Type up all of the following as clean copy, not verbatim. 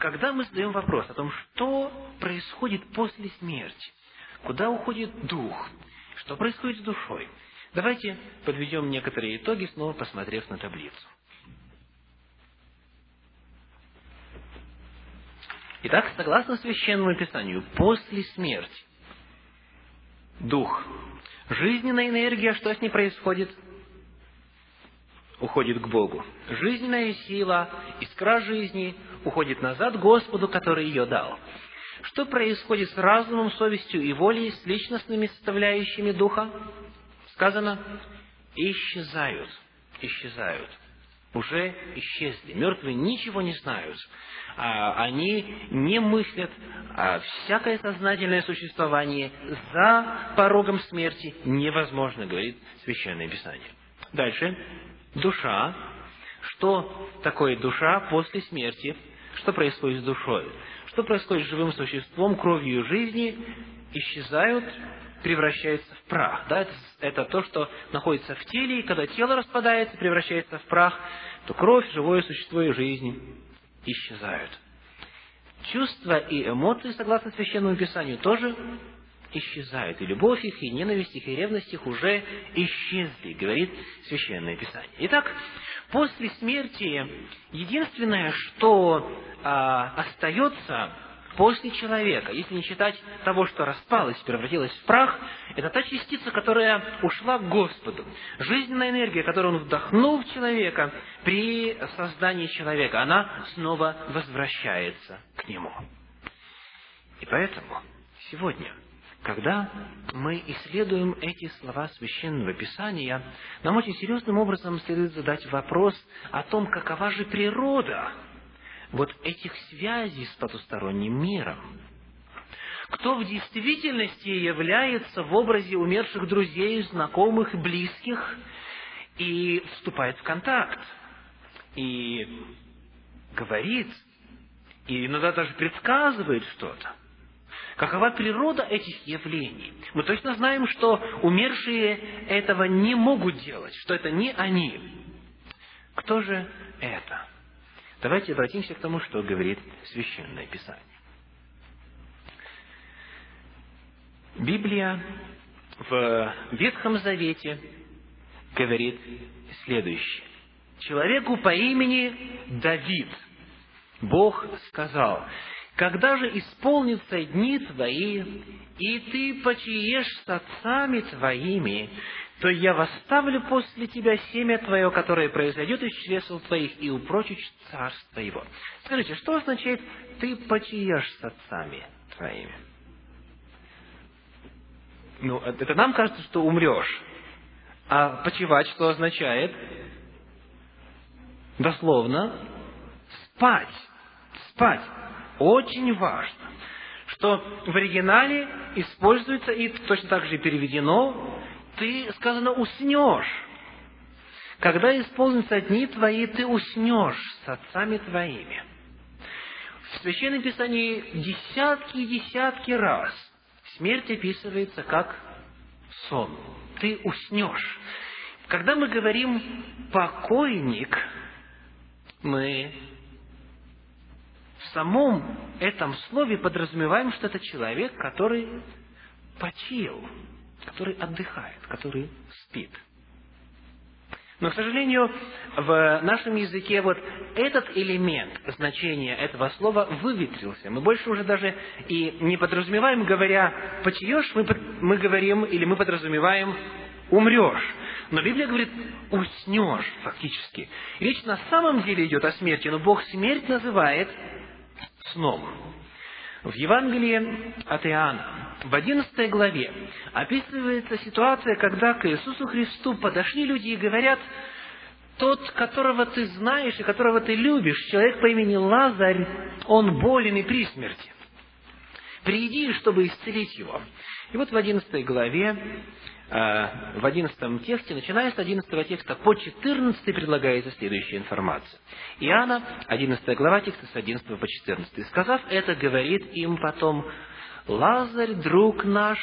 когда мы задаем вопрос о том, что происходит после смерти, куда уходит дух, что происходит с душой, давайте подведем некоторые итоги, снова посмотрев на таблицу. Итак, согласно Священному Писанию, после смерти дух, жизненная энергия, что с ней происходит? Уходит к Богу. Жизненная сила, искра жизни уходит назад к Господу, который ее дал. Что происходит с разумом, совестью и волей, с личностными составляющими духа? Сказано, исчезают. Исчезают. Уже исчезли. Мертвые ничего не знают. Они не мыслят. Всякое сознательное существование за порогом смерти невозможно, говорит Священное Писание. Дальше. Душа. Что такое душа после смерти? Что происходит с душой? Что происходит с живым существом, кровью жизни? Исчезают, превращаются в прах. Да, это то, что находится в теле, и когда тело распадается, превращается в прах, то кровь, живое существо и жизнь исчезают. Чувства и эмоции, согласно Священному Писанию, тоже исчезают. И любовь их, и ненависть их, и ревность их уже исчезли, говорит Священное Писание. Итак, после смерти единственное, что остается после человека, если не считать того, что распалось, превратилось в прах, это та частица, которая ушла к Господу. Жизненная энергия, которую Он вдохнул в человека при создании человека, она снова возвращается к Нему. И поэтому сегодня, когда мы исследуем эти слова Священного Писания, нам очень серьезным образом следует задать вопрос о том, какова же природа вот этих связей с потусторонним миром. Кто в действительности является в образе умерших друзей, знакомых, близких и вступает в контакт, и говорит, и иногда даже предсказывает что-то. Какова природа этих явлений? Мы точно знаем, что умершие этого не могут делать, что это не они. Кто же это? Давайте обратимся к тому, что говорит Священное Писание. Библия в Ветхом Завете говорит следующее. Человеку по имени Давид Бог сказал: «Когда же исполнятся дни твои, и ты почиешь с отцами твоими, то я восставлю после тебя семя твое, которое произойдет из чресл твоих, и упрочу царство его». Скажите, что означает «ты почиешь с отцами твоими»? Это нам кажется, что умрешь. А почивать что означает? Дословно, спать. Спать. Очень важно, что в оригинале используется и точно так же переведено, ты, сказано, уснешь. Когда исполнятся дни твои, ты уснешь с отцами твоими. В Священном Писании десятки и десятки раз смерть описывается как сон. Ты уснешь. Когда мы говорим «покойник», мы в самом этом слове подразумеваем, что это человек, который почил, который отдыхает, который спит. Но, к сожалению, в нашем языке вот этот элемент значения этого слова выветрился. Мы больше уже даже и не подразумеваем, говоря «почиешь», мы говорим или мы подразумеваем «умрешь». Но Библия говорит «уснешь» фактически. Речь на самом деле идет о смерти, но Бог смерть называет сном. В Евангелии от Иоанна, в 11 главе, описывается ситуация, когда к Иисусу Христу подошли люди и говорят: «Тот, которого ты знаешь и которого ты любишь, человек по имени Лазарь, он болен и при смерти. Приди, чтобы исцелить его». И вот в 11 главе, в 11 тексте, начиная с 11 текста по 14 предлагается следующая информация. Иоанна, 11 глава, тексты с 11 по 14. «Сказав это, говорит им потом: Лазарь, друг наш,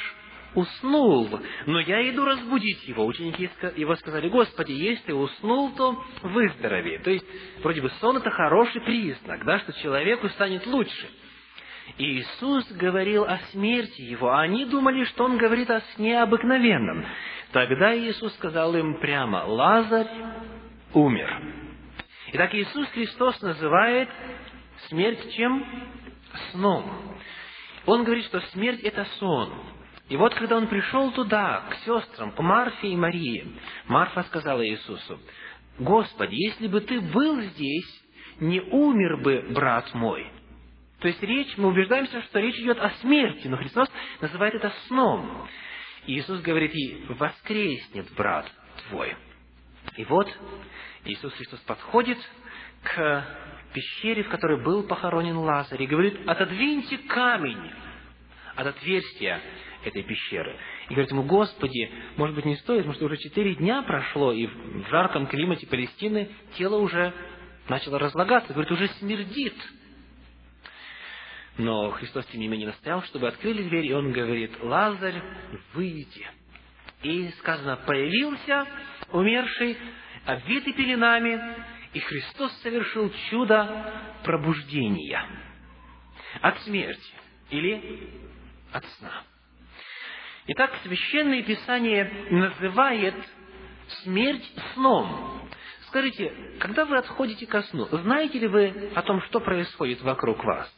уснул, но я иду разбудить его». Ученики его сказали: «Господи, если уснул, то выздорови». То есть, вроде бы сон – это хороший признак, да, что человеку станет лучше. И Иисус говорил о смерти его, а они думали, что Он говорит о сне обыкновенном. Тогда Иисус сказал им прямо: «Лазарь умер». Итак, Иисус Христос называет смерть чем? Сном. Он говорит, что смерть – это сон. И вот, когда Он пришел туда, к сестрам, к Марфе и Марии, Марфа сказала Иисусу: «Господи, если бы Ты был здесь, не умер бы брат мой». То есть мы убеждаемся, что речь идет о смерти, но Христос называет это сном. И Иисус говорит ей: «Воскреснет брат твой». И вот Иисус Христос подходит к пещере, в которой был похоронен Лазарь, и говорит: «Отодвиньте камень от отверстия этой пещеры». И говорит ему: «Господи, может быть, не стоит, может, уже 4 дня прошло, и в жарком климате Палестины тело уже начало разлагаться». Говорит: «Уже смердит». Но Христос, тем не менее, настоял, чтобы открыли дверь, и Он говорит: «Лазарь, выйди». И сказано: появился умерший, обвитый пеленами, и Христос совершил чудо пробуждения от смерти или от сна. Итак, Священное Писание называет смерть сном. Скажите, когда вы отходите ко сну, знаете ли вы о том, что происходит вокруг вас?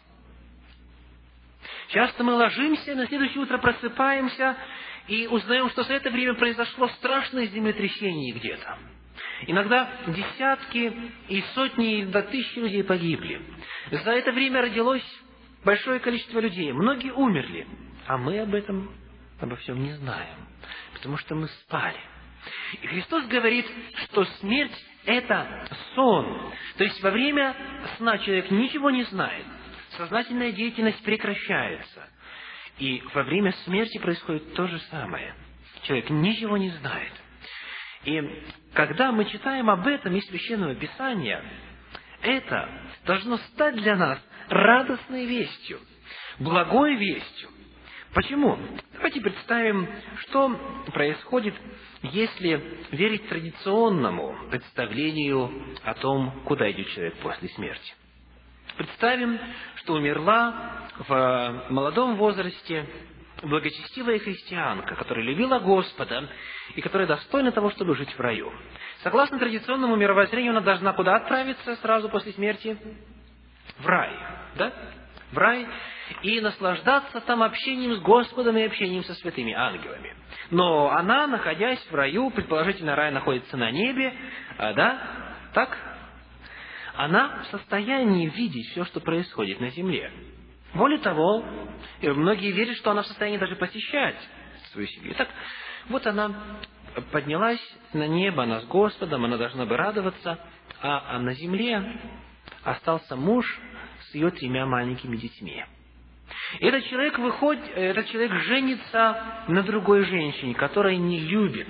Часто мы ложимся, на следующее утро просыпаемся и узнаем, что за это время произошло страшное землетрясение где-то. Иногда десятки и сотни, и до тысячи людей погибли. За это время родилось большое количество людей. Многие умерли, а мы обо всем не знаем, потому что мы спали. И Христос говорит, что смерть – это сон. То есть во время сна человек ничего не знает. Сознательная деятельность прекращается. И во время смерти происходит то же самое. Человек ничего не знает. И когда мы читаем об этом из Священного Писания, это должно стать для нас радостной вестью, благой вестью. Почему? Давайте представим, что происходит, если верить традиционному представлению о том, куда идет человек после смерти. Представим, что умерла в молодом возрасте благочестивая христианка, которая любила Господа и которая достойна того, чтобы жить в раю. Согласно традиционному мировоззрению, она должна куда отправиться сразу после смерти? В рай. Да? В рай. И наслаждаться там общением с Господом и общением со святыми ангелами. Но она, находясь в раю, предположительно, рай находится на небе, да? Так? Она в состоянии видеть все, что происходит на земле. Более того, многие верят, что она в состоянии даже посещать свою семью. Так, вот она поднялась на небо, она с Господом, она должна бы радоваться, а на земле остался муж с ее 3 маленькими детьми. И этот человек женится на другой женщине, которая не любит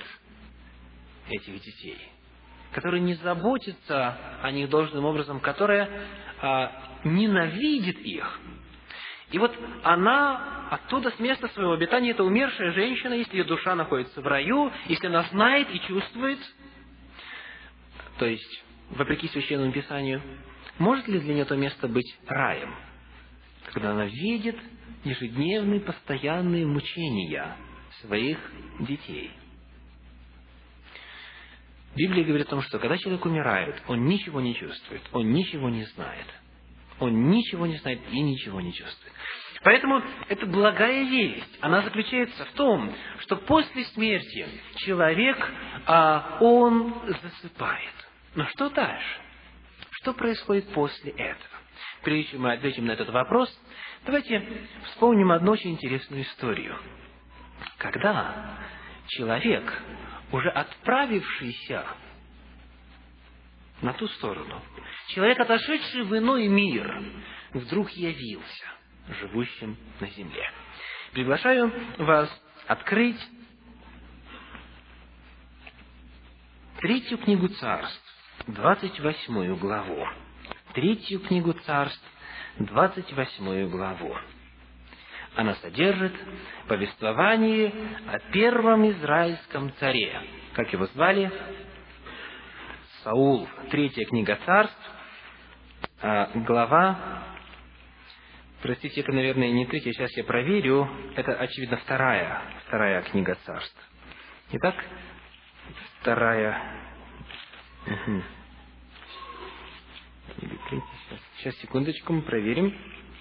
этих детей, которая не заботится о них должным образом, которая ненавидит их. И вот она оттуда, с места своего обитания, эта умершая женщина, если ее душа находится в раю, если она знает и чувствует, то есть, вопреки Священному Писанию, может ли для нее то место быть раем, когда она видит ежедневные, постоянные мучения своих детей? Библия говорит о том, что когда человек умирает, он ничего не чувствует, он ничего не знает. Он ничего не знает и ничего не чувствует. Поэтому это благая весть. Она заключается в том, что после смерти человек, он засыпает. Но что дальше? Что происходит после этого? Прежде чем мы ответим на этот вопрос, давайте вспомним одну очень интересную историю. Когда человек, уже отправившийся на ту сторону, человек, отошедший в иной мир, вдруг явился живущим на земле. Приглашаю вас открыть 3 книгу Царств, 28 главу. 3 книгу Царств, 28 главу. Она содержит повествование о первом израильском царе. Как его звали? Саул. 3 книга Царств, глава... Простите, это, наверное, не 3, сейчас я проверю. Это, очевидно, вторая книга Царств. Итак, 2... Угу. Или 3, сейчас, секундочку, мы проверим.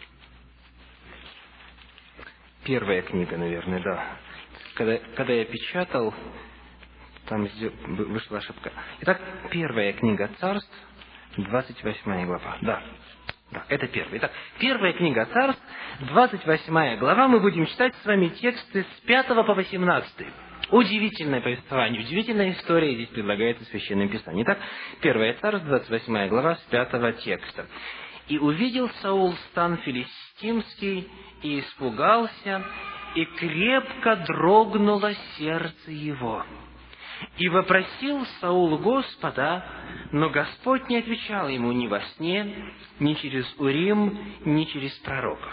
1 книга, наверное, да. Когда я печатал, там вышла ошибка. Итак, 1 книга Царств, 28 глава. Да, это 1. Итак, 1 книга Царств, 28 глава. Мы будем читать с вами тексты с 5 по 18. Удивительное повествование, удивительная история здесь предлагается в Священном Писании. Итак, 1 Царств, 28 глава, с 5 текста. «И увидел Саул стан филистимский, и испугался, и крепко дрогнуло сердце его. И вопросил Саул Господа, но Господь не отвечал ему ни во сне, ни через Урим, ни через пророков».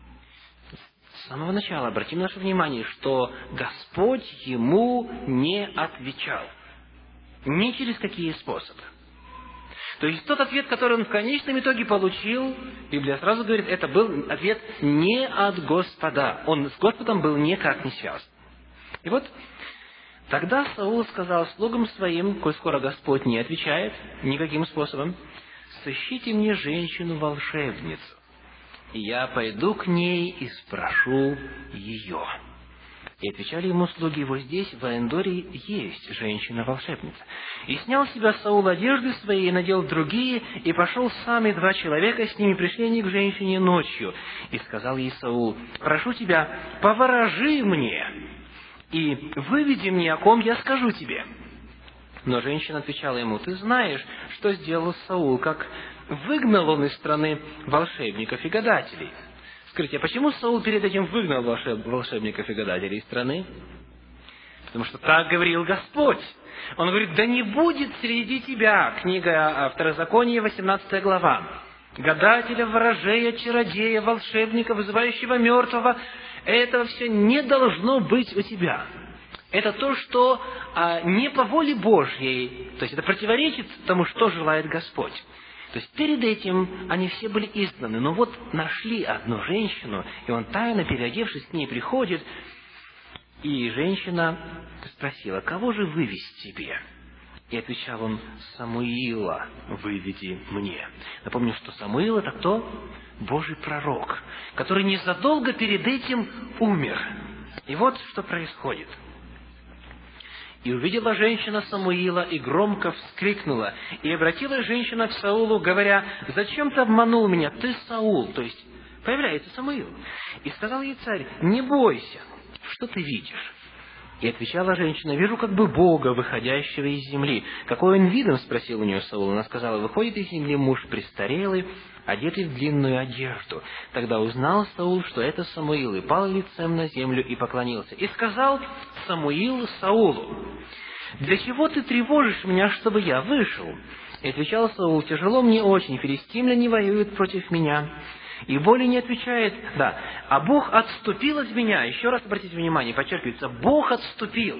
С самого начала обратим наше внимание, что Господь ему не отвечал. Ни через какие способы. То есть тот ответ, который он в конечном итоге получил, Библия сразу говорит, это был ответ не от Господа. Он с Господом был никак не связан. И вот тогда Саул сказал слугам своим, коль скоро Господь не отвечает никаким способом, «Сыщите мне женщину-волшебницу, и я пойду к ней и спрошу ее». И отвечали ему слуги: «Вот здесь, в Эндоре, есть женщина-волшебница». И снял с себя Саул одежды свои, и надел другие, и пошел сам, и 2 человека с ними пришли они к женщине ночью. И сказал ей Саул: «Прошу тебя, поворожи мне, и выведи мне, о ком я скажу тебе». Но женщина отвечала ему: «Ты знаешь, что сделал Саул, как выгнал он из страны волшебников и гадателей». Скажите, а почему Саул перед этим выгнал волшебников и гадателей из страны? Потому что так говорил Господь. Он говорит: «Да не будет среди тебя», книга Второзакония, 18 глава, «гадателя, ворожея, чародея, волшебника, вызывающего мертвого». Этого все не должно быть у тебя. Это то, что не по воле Божьей, то есть это противоречит тому, что желает Господь. То есть перед этим они все были изгнаны, но вот нашли одну женщину, и он тайно, переодевшись, к ней приходит, и женщина спросила: «Кого же вывести тебе?» И отвечал он: «Самуила выведи мне». Напомню, что Самуил — это кто? Божий пророк, который незадолго перед этим умер. И вот что происходит. «И увидела женщина Самуила, и громко вскрикнула, и обратилась женщина к Саулу, говоря: „Зачем ты обманул меня, ты Саул?“» То есть появляется Самуил. «И сказал ей царь: „Не бойся, что ты видишь?“ И отвечала женщина: „Вижу как бы Бога, выходящего из земли“. «Какой он видом?“ спросил у нее Саул. Она сказала: „Выходит из земли муж престарелый, одетый в длинную одежду“. Тогда узнал Саул, что это Самуил, и пал лицем на землю и поклонился. И сказал Самуил Саулу: „Для чего ты тревожишь меня, чтобы я вышел?“ И отвечал Саул: „Тяжело мне очень, филистимляне воюют против меня“. И более не отвечает, а Бог отступил от меня. Еще раз обратите внимание, подчеркивается, Бог отступил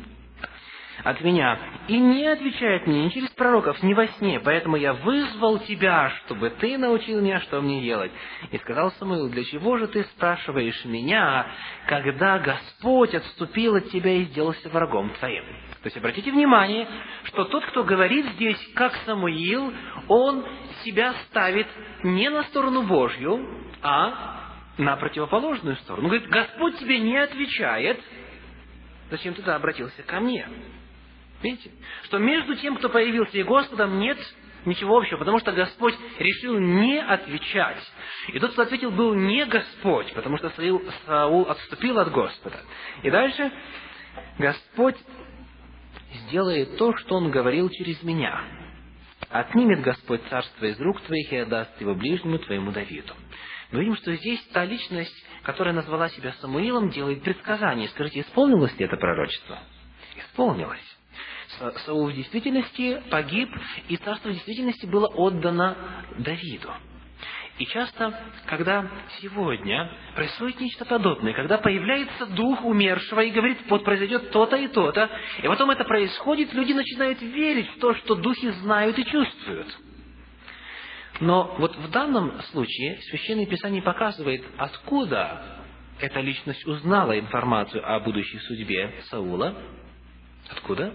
от меня и не отвечает мне ни через пророков, ни во сне. Поэтому я вызвал тебя, чтобы ты научил меня, что мне делать. И сказал Самуил: „Для чего же ты спрашиваешь меня, когда Господь отступил от тебя и сделался врагом твоим?“ То есть обратите внимание, что тот, кто говорит здесь, как Самуил, он себя ставит не на сторону Божью, а на противоположную сторону. Он говорит: „Господь тебе не отвечает, зачем ты тогда обратился ко мне?“ Видите? Что между тем, кто появился, и Господом нет ничего общего, потому что Господь решил не отвечать. И тот, кто ответил, был не Господь, потому что Саул отступил от Господа. И дальше Господь сделает то, что Он говорил через меня. «Отнимет Господь царство из рук твоих и отдаст его ближнему твоему Давиду». Мы видим, что здесь та личность, которая назвала себя Самуилом, делает предсказание. Скажите, исполнилось ли это пророчество? Исполнилось. Саул в действительности погиб, и царство в действительности было отдано Давиду. И часто, когда сегодня происходит нечто подобное, когда появляется дух умершего и говорит, вот произойдет то-то и то-то, и потом это происходит, люди начинают верить в то, что духи знают и чувствуют. Но вот в данном случае Священное Писание показывает, откуда эта личность узнала информацию о будущей судьбе Саула. Откуда?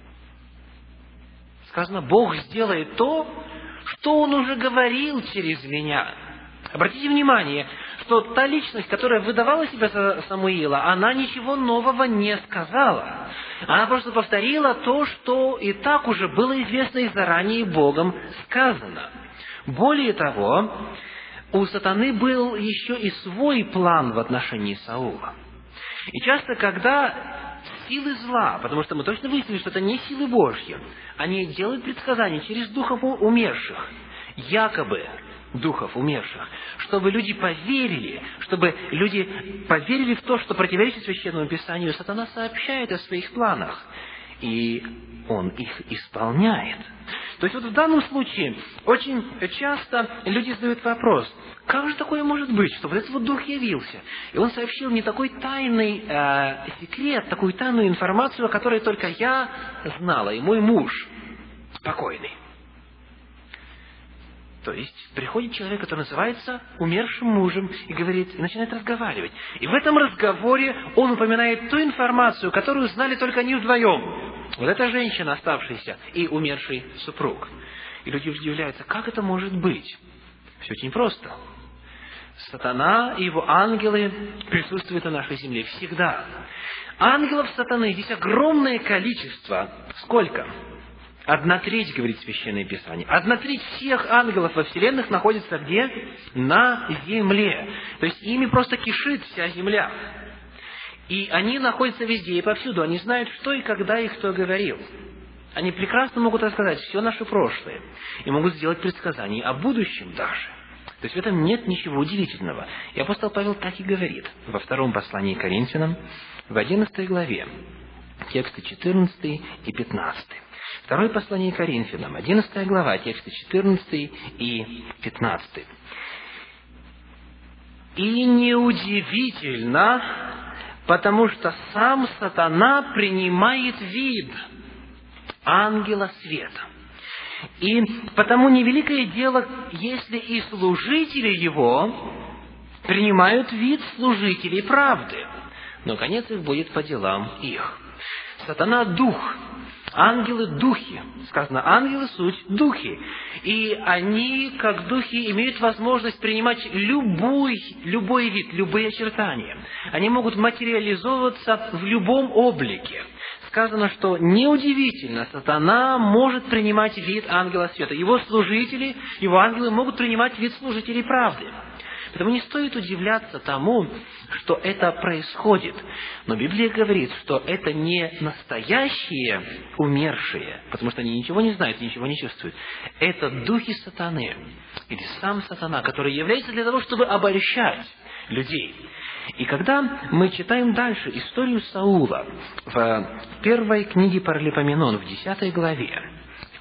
Сказано, Бог сделает то, что Он уже говорил через меня. Обратите внимание, что та личность, которая выдавала себя за Самуила, она ничего нового не сказала. Она просто повторила то, что и так уже было известно и заранее Богом сказано. Более того, у сатаны был еще и свой план в отношении Саула. И часто, когда силы зла, потому что мы точно выяснили, что это не силы Божьи, они делают предсказания через духов умерших, якобы духов умерших, чтобы люди поверили в то, что противоречит Священному Писанию, сатана сообщает о своих планах, и он их исполняет. То есть вот в данном случае очень часто люди задают вопрос, как же такое может быть, что вот этот вот дух явился, и он сообщил мне такой тайный секрет, такую тайную информацию, о которой только я знала, и мой муж покойный. То есть приходит человек, который называется умершим мужем, и говорит, начинает разговаривать. И в этом разговоре он упоминает ту информацию, которую знали только они вдвоем. Вот эта женщина, оставшаяся, и умерший супруг. И люди удивляются, как это может быть? Все очень просто. Сатана и его ангелы присутствуют на нашей земле всегда. Ангелов сатаны здесь огромное количество. Сколько? 1/3, говорит Священное Писание. 1/3 всех ангелов во вселенных находится где? На земле. То есть ими просто кишит вся земля. И они находятся везде и повсюду. Они знают, что и когда и кто говорил. Они прекрасно могут рассказать все наше прошлое. И могут сделать предсказания о будущем даже. То есть в этом нет ничего удивительного. И апостол Павел так и говорит во втором послании к Коринфянам, в 11 главе, тексты 14 и 15. Второе послание к Коринфянам, 11 глава, тексты 14 и 15. «И неудивительно, потому что сам сатана принимает вид ангела света. И потому невеликое дело, если и служители его принимают вид служителей правды, но конец их будет по делам их. Сатана – дух, ангелы – духи. Сказано, ангелы – суть духи. И они, как духи, имеют возможность принимать любой вид, любые очертания. Они могут материализовываться в любом облике. Сказано, что неудивительно, сатана может принимать вид ангела света. Его служители, его ангелы могут принимать вид служителей правды. Поэтому не стоит удивляться тому, что это происходит. Но Библия говорит, что это не настоящие умершие, потому что они ничего не знают, ничего не чувствуют. Это духи сатаны, или сам сатана, который является для того, чтобы обольщать людей. И когда мы читаем дальше историю Саула в первой книге Паралипоменон, в 10 главе, в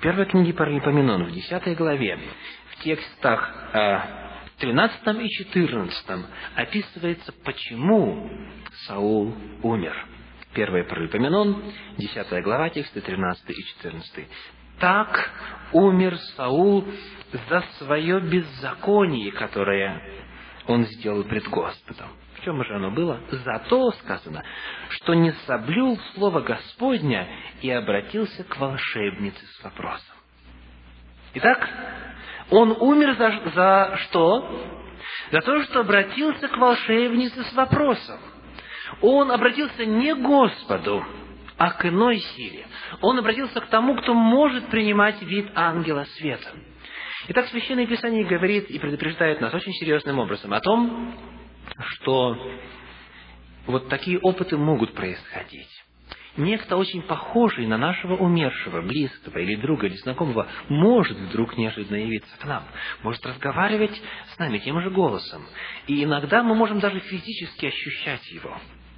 текстах 13 и 14 описывается, почему Саул умер. 1 Паралипоменон, 10 глава, тексты 13 и 14. «Так умер Саул за свое беззаконие, которое он сделал пред Господом». В чем же оно было? «Зато, сказано, что не соблюл слово Господня и обратился к волшебнице с вопросом». Итак, он умер за что? За то, что обратился к волшебнице с вопросом. Он обратился не к Господу, а к иной силе. Он обратился к тому, кто может принимать вид ангела света. Итак, Священное Писание говорит и предупреждает нас очень серьезным образом о том, что вот такие опыты могут происходить. Некто, очень похожий на нашего умершего, близкого или друга, или знакомого, может вдруг неожиданно явиться к нам, может разговаривать с нами тем же голосом. И иногда мы можем даже физически ощущать его.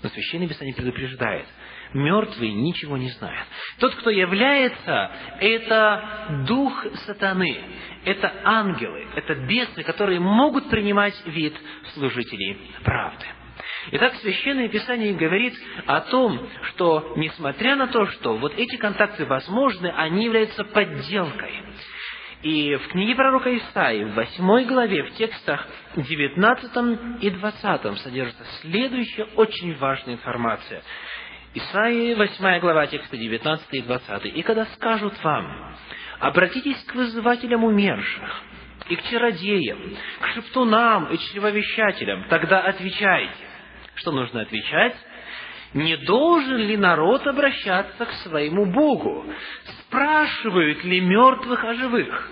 Но Священное Писание предупреждает: мертвые ничего не знают. Тот, кто является, это дух сатаны, это ангелы, это бесы, которые могут принимать вид служителей правды. Итак, Священное Писание говорит о том, что, несмотря на то, что вот эти контакты возможны, они являются подделкой. И в книге пророка Исаии, в 8 главе, в текстах 19 и 20 содержится следующая очень важная информация. Исаии, 8 глава, тексты 19 и 20. «И когда скажут вам: обратитесь к вызывателям умерших, и к чародеям, к шептунам и чревовещателям, тогда отвечайте». Что нужно отвечать? Не должен ли народ обращаться к своему Богу? Спрашивают ли мертвых о живых?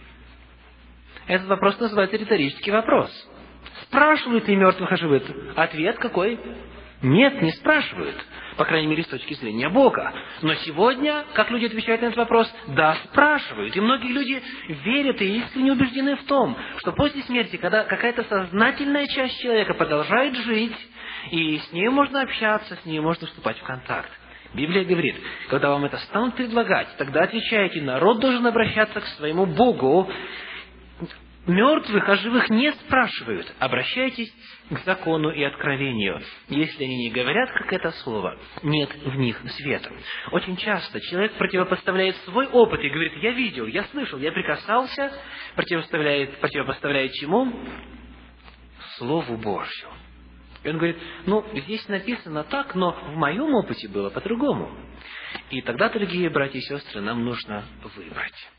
Этот вопрос называется риторический вопрос. Спрашивают ли мертвых о живых? Ответ какой? Нет, не спрашивают. По крайней мере, с точки зрения Бога. Но сегодня, как люди отвечают на этот вопрос? Да, спрашивают. И многие люди верят и искренне убеждены в том, что после смерти, когда какая-то сознательная часть человека продолжает жить, и с ней можно общаться, с ней можно вступать в контакт. Библия говорит: когда вам это станут предлагать, тогда отвечайте: народ должен обращаться к своему Богу. Мертвых о живых не спрашивают. Обращайтесь к закону и откровению. Если они не говорят, как это слово, нет в них света. Очень часто человек противопоставляет свой опыт и говорит: я видел, я слышал, я прикасался, противопоставляет чему? Слову Божью. И он говорит: здесь написано так, но в моем опыте было по-другому. И тогда, дорогие братья и сестры, нам нужно выбрать.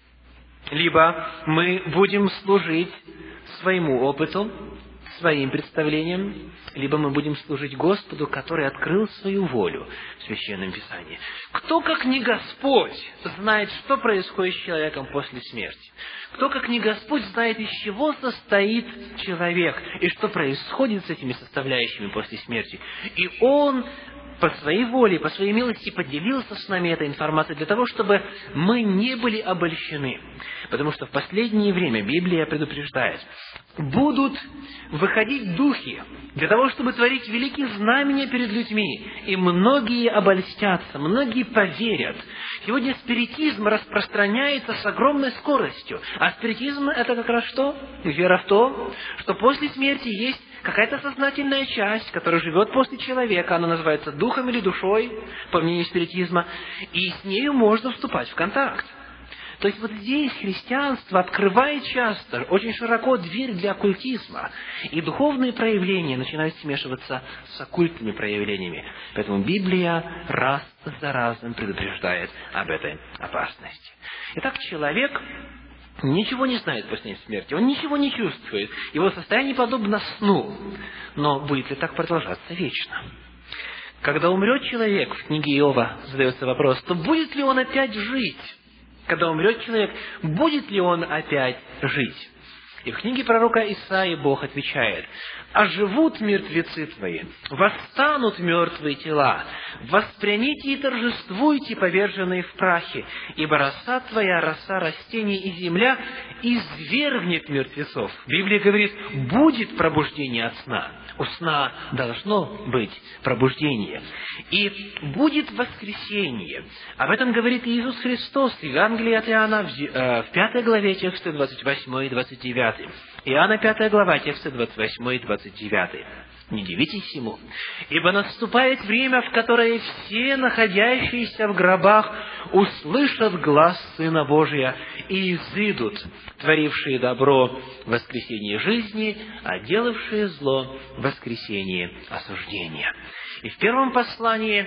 Либо мы будем служить своему опыту, своим представлениям, либо мы будем служить Господу, который открыл свою волю в Священном Писании. Кто, как не Господь, знает, что происходит с человеком после смерти? Кто, как не Господь, знает, из чего состоит человек, и что происходит с этими составляющими после смерти? И Он по своей воле, по своей милости поделился с нами этой информацией для того, чтобы мы не были обольщены. Потому что в последнее время Библия предупреждает: будут выходить духи для того, чтобы творить великие знамения перед людьми, и многие обольстятся, многие поверят. Сегодня спиритизм распространяется с огромной скоростью. А спиритизм — это как раз что? Вера в то, что после смерти есть какая-то сознательная часть, которая живет после человека, она называется духом или душой, по мнению спиритизма, и с нею можно вступать в контакт. То есть вот здесь христианство открывает часто, очень широко дверь для оккультизма, и духовные проявления начинают смешиваться с оккультными проявлениями. Поэтому Библия раз за разом предупреждает об этой опасности. Итак, человек ничего не знает после смерти, он ничего не чувствует, его состояние подобно сну. Но будет ли так продолжаться вечно? Когда умрет человек, в книге Иова задается вопрос, то будет ли он опять жить? Когда умрет человек, будет ли он опять жить? И в книге пророка Исаии Бог отвечает: «Оживут мертвецы твои, восстанут мертвые тела, воспряните и торжествуйте, поверженные в прахе, ибо роса твоя, роса растений и земля, извергнет мертвецов». Библия говорит: будет пробуждение от сна. У сна должно быть пробуждение. И будет воскресение. Об этом говорит Иисус Христос в Евангелии от Иоанна в 5 главе, тексты 28 и 29. Иоанна 5 глава, тексты 28 и 29. «Не дивитесь ему, ибо наступает время, в которое все находящиеся в гробах услышат глас Сына Божия и изыдут, творившие добро в воскресенье жизни, а делавшие зло в воскресенье осуждения». И в первом послании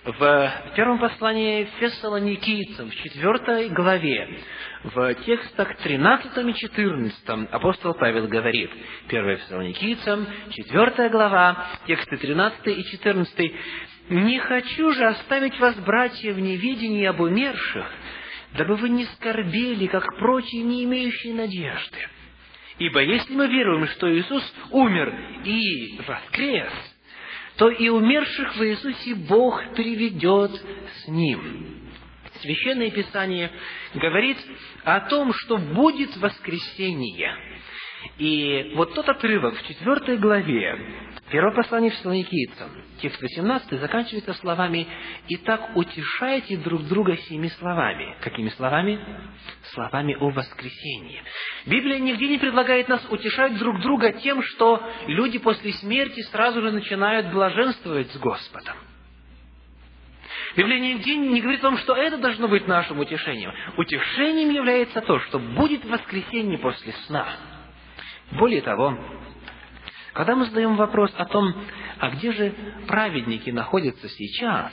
Фессалоникийцам, в 4 главе, в текстах 13 и 14 апостол Павел говорит, 1 Фессалоникийцам, 4 глава, тексты 13 и 14: «Не хочу же оставить вас, братья, в неведении об умерших, дабы вы не скорбели, как прочие, не имеющие надежды. Ибо если мы веруем, что Иисус умер и воскрес, то и умерших в Иисусе Бог приведет с Ним». Священное Писание говорит о том, что будет воскресение. И вот тот отрывок в 4 главе Первое послание Фессалоникийцам, текст 18, заканчивается словами: «Итак, утешайте друг друга сими словами». Какими словами? Словами о воскресении. Библия нигде не предлагает нас утешать друг друга тем, что люди после смерти сразу же начинают блаженствовать с Господом. Библия нигде не говорит вам, что это должно быть нашим утешением. Утешением является то, что будет воскресенье после сна. Более того, когда мы задаем вопрос о том, а где же праведники находятся сейчас,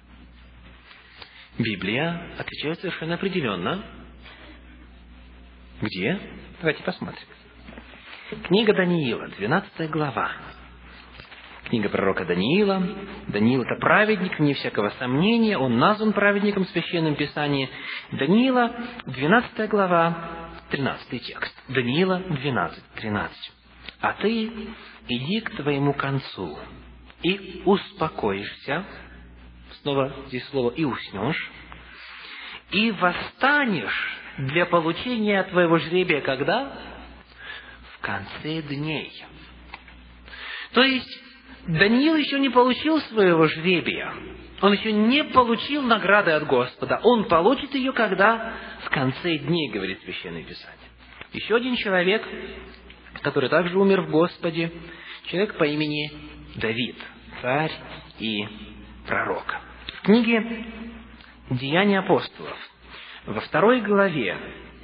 Библия отвечает совершенно определенно. Где? Давайте посмотрим. Книга Даниила, 12 глава. Книга пророка Даниила. Даниил – это праведник, вне всякого сомнения. Он назван праведником в Священном Писании. Даниила, 12 глава, 13 текст. Даниила 12, 13. «А ты иди к твоему концу и успокоишься». Снова здесь слово «и уснешь». «И восстанешь для получения твоего жребия» когда? В конце дней. То есть, Даниил еще не получил своего жребия. Он еще не получил награды от Господа. Он получит ее когда? В конце дней, говорит Священное Писание. Еще один человек, который также умер в Господе, человек по имени Давид, царь и пророк. В книге «Деяния апостолов», во 2 главе,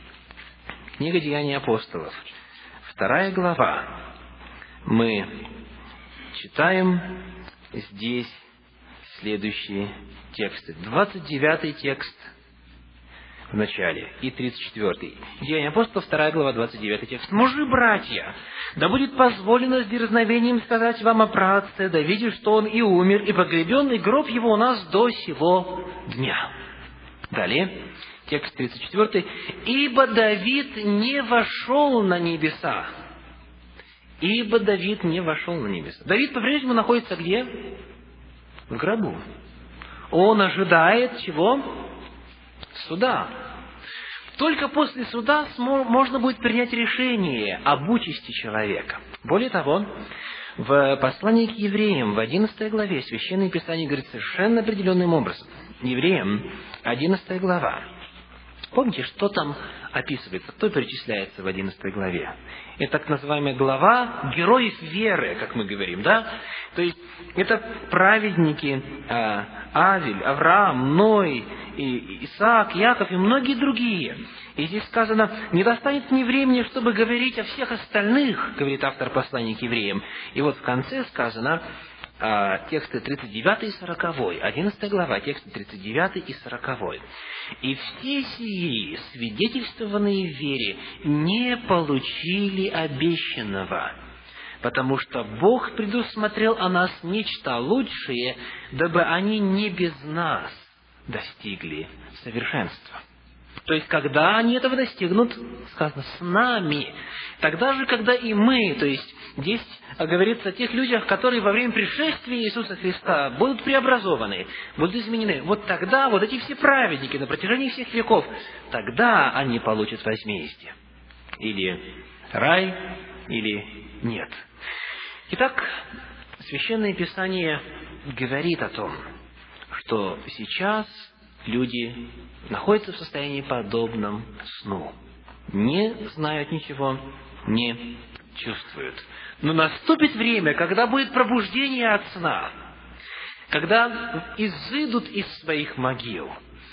книга «Деяния апостолов», 2 глава, мы читаем здесь следующие тексты. 29 текст в начале и 34. Деяния апостолов, 2 глава, 29 текст. «Мужи, братья, да будет позволено с дерзновением сказать вам о праотце Давиде, что он и умер, и погребен, и гроб его у нас до сего дня». Далее, текст 34. «Ибо Давид не вошел на небеса». Ибо Давид не вошел на небеса. Давид по-прежнему находится где? В гробу. Он ожидает чего? Суда. Только после суда можно будет принять решение об участи человека. Более того, в послании к евреям, в 11 главе, Священное Писание говорит совершенно определенным образом. Евреям, 11 глава. Помните, что там описывается, кто перечисляется в 11 главе? Это так называемая глава героев веры, как мы говорим, да? То есть, это праведники Авель, Авраам, Ной, Исаак, Яков и многие другие. И здесь сказано: «Не достанет мне времени, чтобы говорить о всех остальных», говорит автор послания к евреям. И вот в конце сказано, тексты 39 и 40, 11 глава, тексты 39 и 40. «И все сии, свидетельствованные в вере, не получили обещанного, потому что Бог предусмотрел о нас нечто лучшее, дабы они не без нас достигли совершенства». То есть, когда они этого достигнут, сказано, с нами. Тогда же, когда и мы, то есть, здесь говорится о тех людях, которые во время пришествия Иисуса Христа будут преобразованы, будут изменены. Вот тогда, вот эти все праведники на протяжении всех веков, тогда они получат возмездие. Или рай, или нет. Итак, Священное Писание говорит о том, что сейчас люди находятся в состоянии подобном сну. Не знают ничего, не чувствуют. Но наступит время, когда будет пробуждение от сна, когда изыдут из своих могил.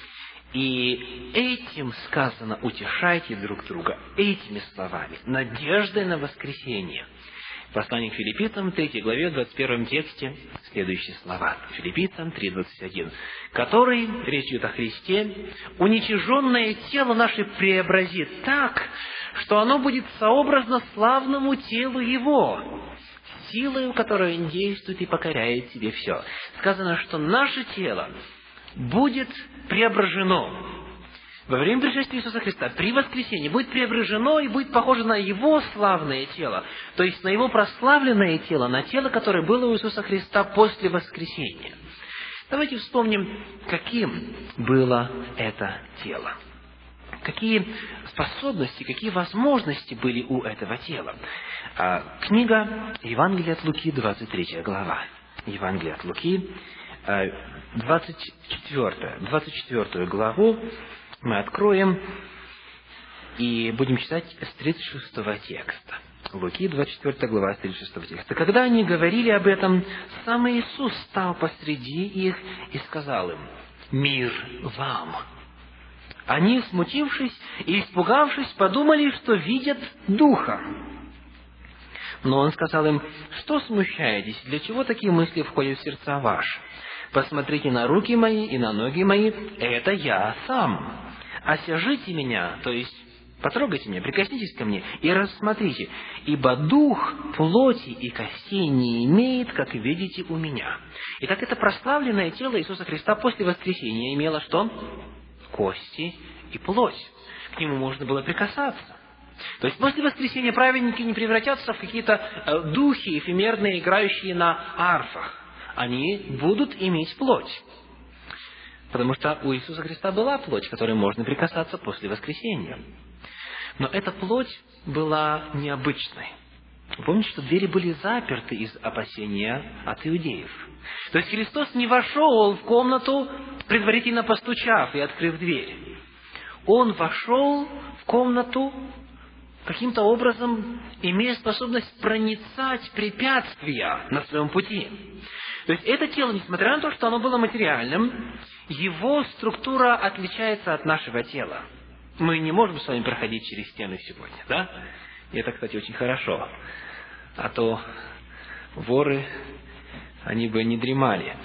И этим сказано: утешайте друг друга этими словами, надеждой на воскресение. Послание к Филиппийцам, 3 главе, 21 тексте, следующие слова. Филиппийцам 3:21. «Который, речь идет о Христе, уничиженное тело наше преобразит так, что оно будет сообразно славному телу Его, силою, которой Он действует и покоряет себе все». Сказано, что наше тело будет преображено во время пришествия Иисуса Христа, при воскресении, будет преображено и будет похоже на Его славное тело, то есть на Его прославленное тело, на тело, которое было у Иисуса Христа после воскресения. Давайте вспомним, каким было это тело. какие способности, какие возможности были у этого тела. Книга Евангелия от Луки, 23 глава. Евангелие от Луки, 24 главу мы откроем и будем читать с 36 текста. Луки, 24 глава, с 36 текста. «Когда они говорили об этом, сам Иисус стал посреди их и сказал им: „Мир вам!“ Они, смутившись и испугавшись, подумали, что видят Духа. Но Он сказал им: „Что смущаетесь? Для чего такие мысли входят в сердца ваши? Посмотрите на руки мои и на ноги мои, это я сам. Осяжите меня, то есть потрогайте меня, прикоснитесь ко мне и рассмотрите, ибо дух плоти и костей не имеет, как видите у меня». Итак, это прославленное тело Иисуса Христа после воскресения имело что? Кости и плоть. К нему можно было прикасаться. То есть после воскресения праведники не превратятся в какие-то духи эфемерные, играющие на арфах. Они будут иметь плоть. Потому что у Иисуса Христа была плоть, к которой можно прикасаться после воскресения. Но эта плоть была необычной. Помните, что двери были заперты из опасения от иудеев. То есть Христос не вошел в комнату, предварительно постучав и открыв дверь. Он вошел в комнату, каким-то образом имея способность проницать препятствия на своем пути. То есть это тело, несмотря на то, что оно было материальным, его структура отличается от нашего тела. Мы не можем с вами проходить через стены сегодня, да? И это, кстати, очень хорошо. А то воры, они бы не дремали.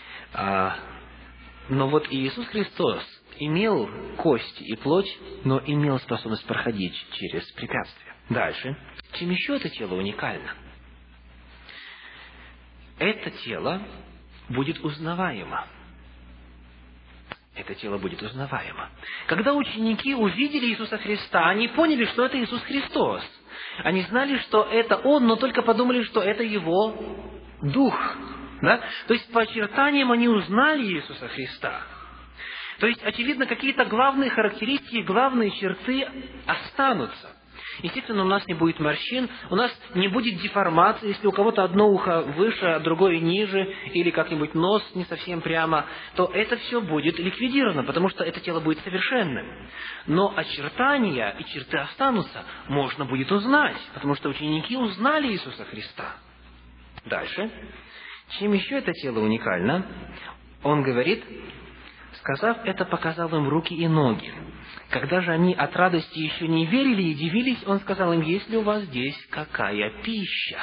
Но вот Иисус Христос имел кости и плоть, но имел способность проходить через препятствия. Дальше. Чем еще это тело уникально? Это тело будет узнаваемо. Это тело будет узнаваемо. Когда ученики увидели Иисуса Христа, они поняли, что это Иисус Христос. Они знали, что это Он, но только подумали, что это Его Дух. Да? То есть по очертаниям они узнали Иисуса Христа. То есть, очевидно, какие-то главные характеристики, главные черты останутся. Естественно, у нас не будет морщин, у нас не будет деформации, если у кого-то одно ухо выше, а другое ниже, или как-нибудь нос не совсем прямо, то это все будет ликвидировано, потому что это тело будет совершенным. Но очертания и черты останутся, можно будет узнать, потому что ученики узнали Иисуса Христа. Дальше. Чем еще это тело уникально? Он говорит: сказав это, показал им руки и ноги. Когда же они от радости еще не верили и дивились, он сказал им: есть ли у вас здесь какая пища?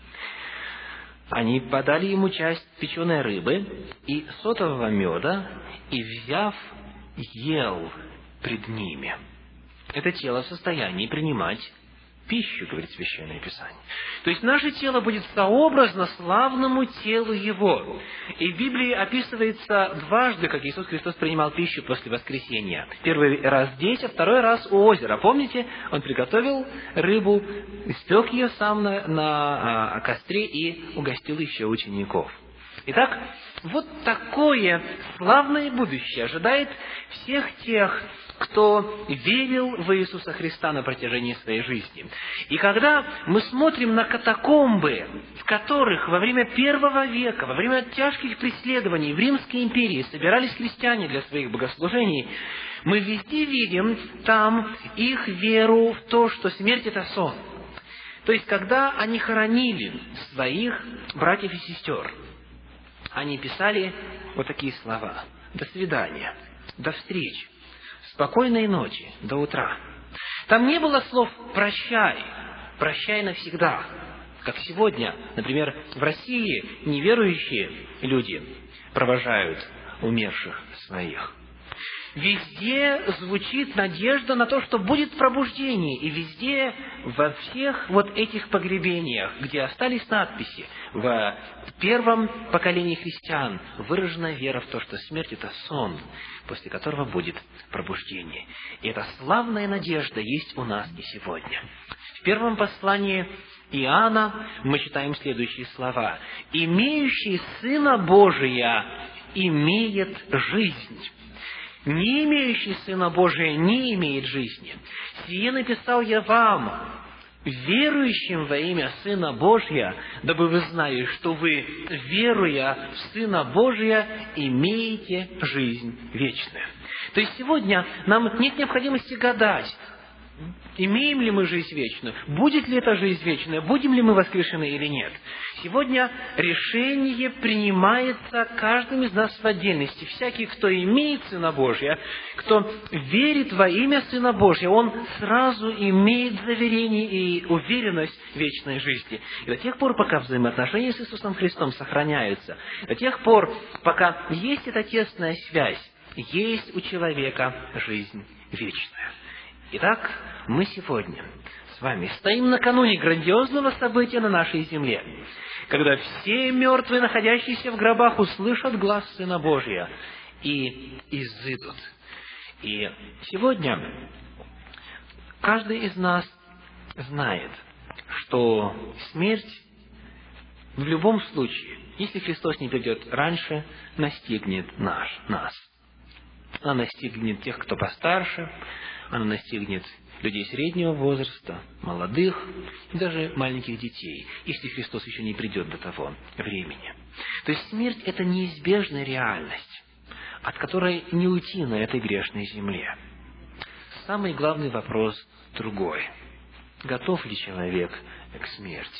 Они подали ему часть печеной рыбы и сотового меда, и, взяв, ел пред ними. Это тело в состоянии принимать пищу, говорит Священное Писание. То есть наше тело будет сообразно славному телу Его. И в Библии описывается дважды, как Иисус Христос принимал пищу после воскресения. Первый раз здесь, а второй раз у озера. Помните, Он приготовил рыбу, испек ее сам на костре и угостил еще учеников. Итак, вот такое славное будущее ожидает всех тех, кто верил в Иисуса Христа на протяжении своей жизни. И когда мы смотрим на катакомбы, в которых во время первого века, во время тяжких преследований в Римской империи собирались христиане для своих богослужений, мы везде видим там их веру в то, что смерть – это сон. То есть, когда они хоронили своих братьев и сестер, они писали вот такие слова: «До свидания», «До встречи», «Спокойной ночи», «До утра». Там не было слов «прощай», «прощай навсегда», как сегодня, например, в России неверующие люди провожают умерших своих. Везде звучит надежда на то, что будет пробуждение. И везде, во всех вот этих погребениях, где остались надписи, в первом поколении христиан выражена вера в то, что смерть – это сон, после которого будет пробуждение. И эта славная надежда есть у нас и сегодня. В первом послании Иоанна мы читаем следующие слова: «Имеющий Сына Божия имеет жизнь». не имеющий Сына Божия не имеет жизни. Сие написал я вам, верующим во имя Сына Божия, дабы вы знали, что вы, веруя в Сына Божия, имеете жизнь вечную». То есть сегодня нам нет необходимости гадать, имеем ли мы жизнь вечную, будет ли эта жизнь вечная, будем ли мы воскрешены или нет. Сегодня решение принимается каждым из нас в отдельности. Всякий, кто имеет Сына Божия, кто верит во имя Сына Божия, он сразу имеет заверение и уверенность в вечной жизни. И до тех пор, пока взаимоотношения с Иисусом Христом сохраняются, до тех пор, пока есть эта тесная связь, есть у человека жизнь вечная. Итак, мы сегодня с вами стоим накануне грандиозного события на нашей земле, когда все мертвые, находящиеся в гробах, услышат глас Сына Божия и изыдут. И сегодня каждый из нас знает, что смерть в любом случае, если Христос не придет раньше, настигнет нас. Она настигнет тех, кто постарше, она настигнет людей среднего возраста, молодых и даже маленьких детей, если Христос еще не придет до того времени. То есть смерть – это неизбежная реальность, от которой не уйти на этой грешной земле. Самый главный вопрос другой. Готов ли человек к смерти?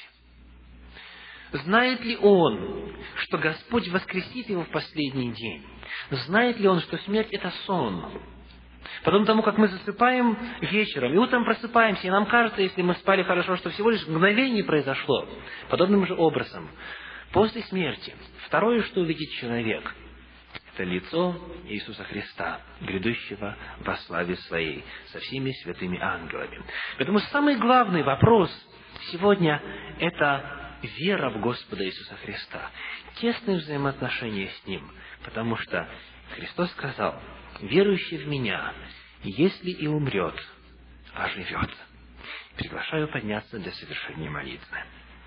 Знает ли он, что Господь воскресит его в последний день? Знает ли он, что смерть – это сон? Подобно тому, как мы засыпаем вечером, и утром просыпаемся, и нам кажется, если мы спали хорошо, что всего лишь мгновение произошло. Подобным же образом, после смерти, второе, что увидит человек, это лицо Иисуса Христа, грядущего во славе Своей, со всеми святыми ангелами. Поэтому самый главный вопрос сегодня – это вера в Господа Иисуса Христа, тесные взаимоотношения с Ним, потому что Христос сказал: «Верующий в Меня, если и умрет, оживет». Приглашаю подняться для совершения молитвы.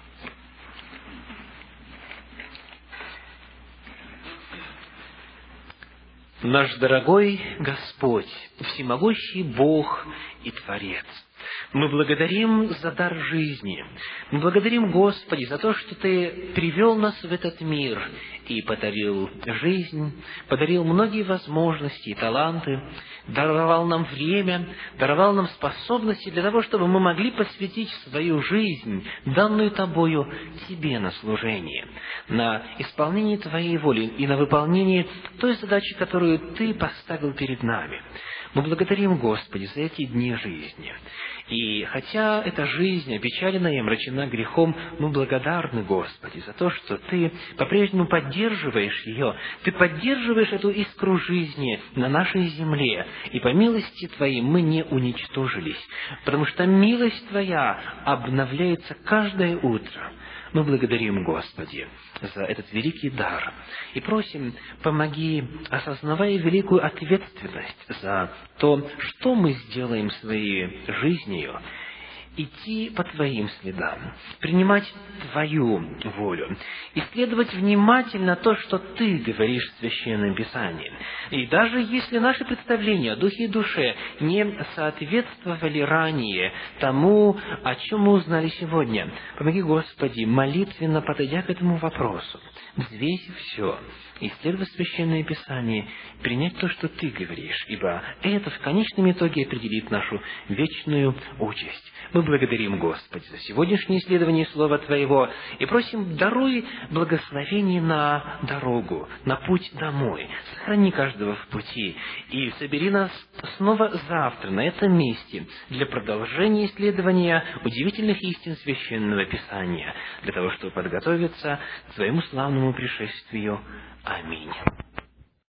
Наш дорогой Господь, всемогущий Бог и Творец, мы благодарим за дар жизни. Мы благодарим, Господи, за то, что Ты привел нас в этот мир и подарил жизнь, подарил многие возможности и таланты, даровал нам время, даровал нам способности для того, чтобы мы могли посвятить свою жизнь, данную Тобою, Тебе на служение, на исполнение Твоей воли и на выполнение той задачи, которую Ты поставил перед нами. Мы благодарим, Господи, за эти дни жизни. И хотя эта жизнь опечалена и омрачена грехом, мы благодарны, Господи, за то, что Ты по-прежнему поддерживаешь ее, Ты поддерживаешь эту искру жизни на нашей земле, и по милости Твоей мы не уничтожились, потому что милость Твоя обновляется каждое утро. Мы благодарим, Господи, за этот великий дар и просим, помоги, осознавая великую ответственность за то, что мы сделаем своей жизнью, идти по Твоим следам, принимать Твою волю, исследовать внимательно то, что Ты говоришь в Священном Писании. И даже если наши представления о духе и душе не соответствовали ранее тому, о чем мы узнали сегодня, помоги, Господи, молитвенно подойдя к этому вопросу, взвесив все, исследовать Священное Писание, принять то, что Ты говоришь, ибо это в конечном итоге определит нашу вечную участь. Мы благодарим, Господи, за сегодняшнее исследование Слова Твоего и просим, даруй благословение на дорогу, на путь домой. Сохрани каждого в пути и собери нас снова завтра на этом месте для продолжения исследования удивительных истин Священного Писания, для того, чтобы подготовиться к Твоему славному пришествию. Аминь.